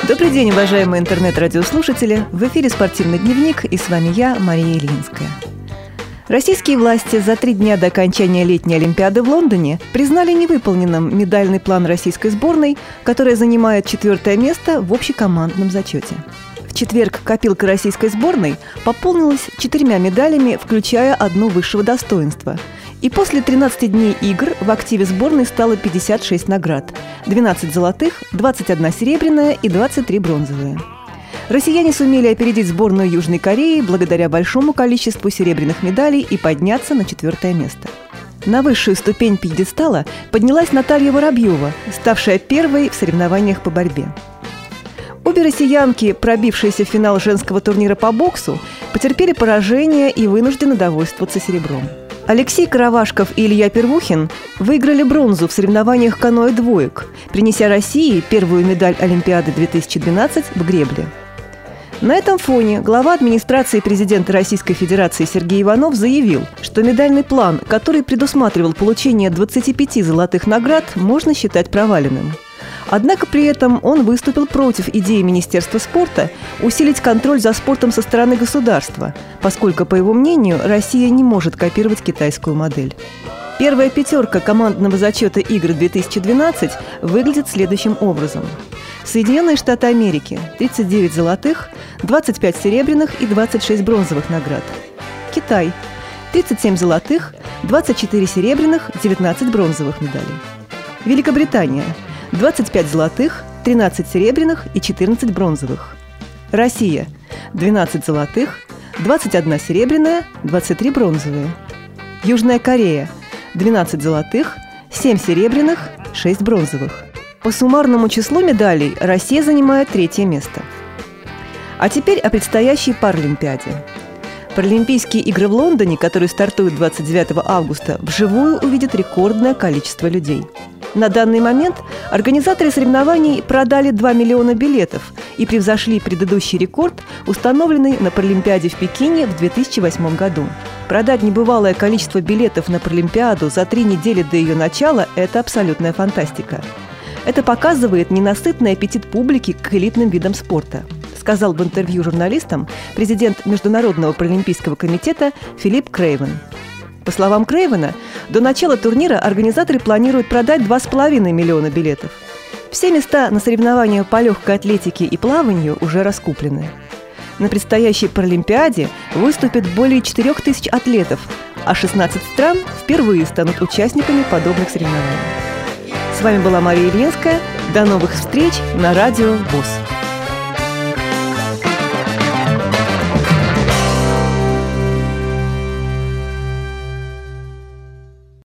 Добрый день, уважаемые интернет-радиослушатели! В эфире «Спортивный дневник» и с вами я, Мария Ильинская. Российские власти за 3 дня до окончания летней Олимпиады в Лондоне признали невыполненным медальный план российской сборной, которая занимает 4-е место в общекомандном зачете. В четверг копилка российской сборной пополнилась 4 медалями, включая 1 высшего достоинства. И после 13 дней игр в активе сборной стало 56 наград – 12 золотых, 21 серебряная и 23 бронзовые. Россияне сумели опередить сборную Южной Кореи благодаря большому количеству серебряных медалей и подняться на 4-е место. На высшую ступень пьедестала поднялась Наталья Воробьева, ставшая первой в соревнованиях по борьбе. Обе россиянки, пробившиеся в финал женского турнира по боксу, потерпели поражение и вынуждены довольствоваться серебром. Алексей Каравашков и Илья Первухин выиграли бронзу в соревнованиях каноэ-двоек, принеся России первую медаль Олимпиады 2012 в гребле. На этом фоне глава администрации президента Российской Федерации Сергей Иванов заявил, что медальный план, который предусматривал получение 25 золотых наград, можно считать проваленным. Однако при этом он выступил против идеи Министерства спорта усилить контроль за спортом со стороны государства, поскольку, по его мнению, Россия не может копировать китайскую модель. Первая 5 командного зачета игр 2012 выглядит следующим образом. Соединенные Штаты Америки – 39 золотых, 25 серебряных и 26 бронзовых наград. Китай – 37 золотых, 24 серебряных, 19 бронзовых медалей. Великобритания – 25 золотых, 13 серебряных и 14 бронзовых. Россия – 12 золотых, 21 серебряная, 23 бронзовые. Южная Корея – 12 золотых, 7 серебряных, 6 бронзовых. По суммарному числу медалей Россия занимает 3-е место. А теперь о предстоящей Паралимпиаде. Паралимпийские игры в Лондоне, которые стартуют 29 августа, вживую увидят рекордное количество людей. На данный момент организаторы соревнований продали 2 миллиона билетов и превзошли предыдущий рекорд, установленный на Паралимпиаде в Пекине в 2008 году. Продать небывалое количество билетов на Паралимпиаду за 3 недели до ее начала – это абсолютная фантастика. Это показывает ненасытный аппетит публики к элитным видам спорта, сказал в интервью журналистам президент Международного паралимпийского комитета Филипп Крейвен. По словам Крейвена, до начала турнира организаторы планируют продать 2,5 миллиона билетов. Все места на соревнованиях по легкой атлетике и плаванию уже раскуплены. На предстоящей Паралимпиаде выступит более 4000 атлетов, а 16 стран впервые станут участниками подобных соревнований. С вами была Мария Ильинская. До новых встреч на радио ВОС.